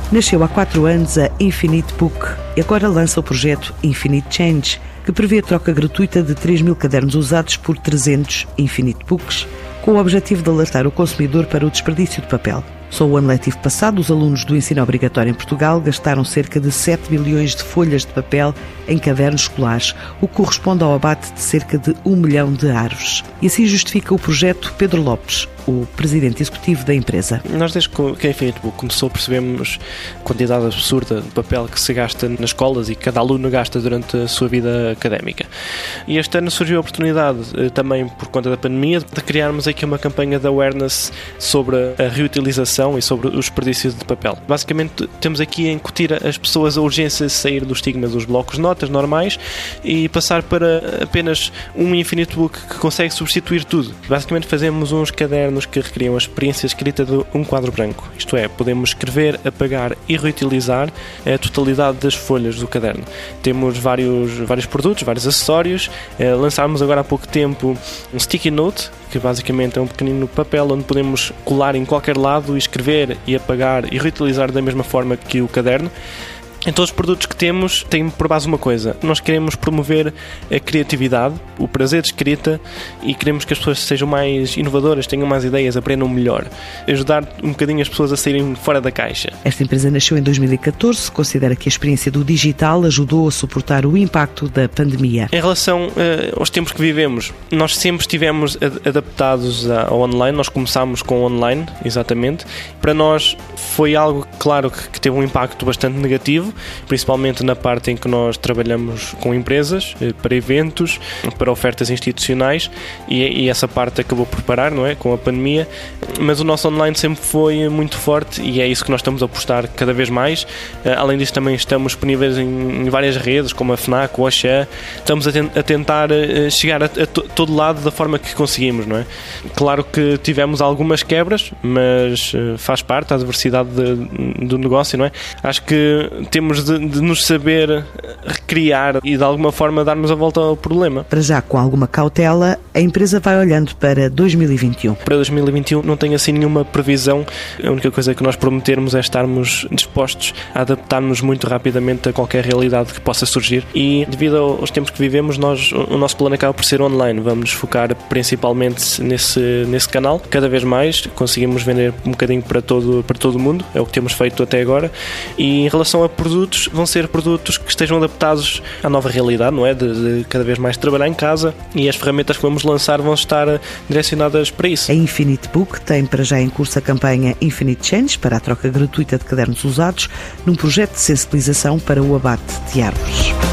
Nasceu há 4 anos a Infinite Book e agora lança o projeto Infinite Change, que prevê a troca gratuita de 3.000 cadernos usados por 300 Infinite Books, com o objetivo de alertar o consumidor para o desperdício de papel. Só o ano letivo passado, os alunos do ensino obrigatório em Portugal gastaram cerca de 7 milhões de folhas de papel em cadernos escolares, o que corresponde ao abate de cerca de 1 milhão de árvores. E assim justifica o projeto Pedro Lopes, o presidente executivo da empresa. Nós, desde que a Infinite Book começou, percebemos a quantidade absurda de papel que se gasta nas escolas e que cada aluno gasta durante a sua vida académica. E este ano surgiu a oportunidade, também por conta da pandemia, de criarmos aqui uma campanha de awareness sobre a reutilização e sobre o desperdício de papel. Basicamente, temos aqui a incutir às pessoas a urgência de sair do estigma dos blocos de notas normais e passar para apenas um Infinite Book que consegue substituir tudo. Basicamente, fazemos uns cadernos que recriam a experiência escrita de um quadro branco. Isto é, podemos escrever, apagar e reutilizar a totalidade das folhas do caderno. Temos vários produtos, vários acessórios. Lançámos agora há pouco tempo um sticky note, que basicamente é um pequenino papel onde podemos colar em qualquer lado e escrever e apagar e reutilizar da mesma forma que o caderno. Em todos os produtos que temos, tem por base uma coisa: nós queremos promover a criatividade, o prazer de escrita, e queremos que as pessoas sejam mais inovadoras, tenham mais ideias, aprendam melhor. Ajudar um bocadinho as pessoas a saírem fora da caixa. Esta empresa nasceu em 2014, considera que a experiência do digital ajudou a suportar o impacto da pandemia. Em relação aos tempos que vivemos, nós sempre estivemos adaptados ao online. Nós começámos com o online, exatamente. Para nós foi algo, claro, que teve um impacto bastante negativo, principalmente na parte em que nós trabalhamos com empresas, para eventos, para ofertas institucionais, e essa parte acabou por parar, não é? Com a pandemia, mas o nosso online sempre foi muito forte e é isso que nós estamos a apostar cada vez mais. Além disso, também estamos disponíveis em várias redes, como a FNAC, o Auchan. Estamos a tentar chegar a todo lado da forma que conseguimos, não é? Claro que tivemos algumas quebras, mas faz parte, a diversidade do negócio, não é? Acho que temos de nos saber recriar e de alguma forma darmos a volta ao problema. Para já, com alguma cautela, a empresa vai olhando para 2021. Para 2021 não tenho assim nenhuma previsão. A única coisa que nós prometermos é estarmos dispostos a adaptar-nos muito rapidamente a qualquer realidade que possa surgir, e devido aos tempos que vivemos, o nosso plano acaba por ser online. Vamos nos focar principalmente nesse canal. Cada vez mais conseguimos vender um bocadinho para todo o mundo, é o que temos feito até agora. E em relação a produtos, vão ser produtos que estejam adaptados à nova realidade, não é? De cada vez mais trabalhar em casa, e as ferramentas que vamos lançar vão estar direcionadas para isso. A Infinite Book tem para já em curso a campanha Infinite Change para a troca gratuita de cadernos usados, num projeto de sensibilização para o abate de árvores.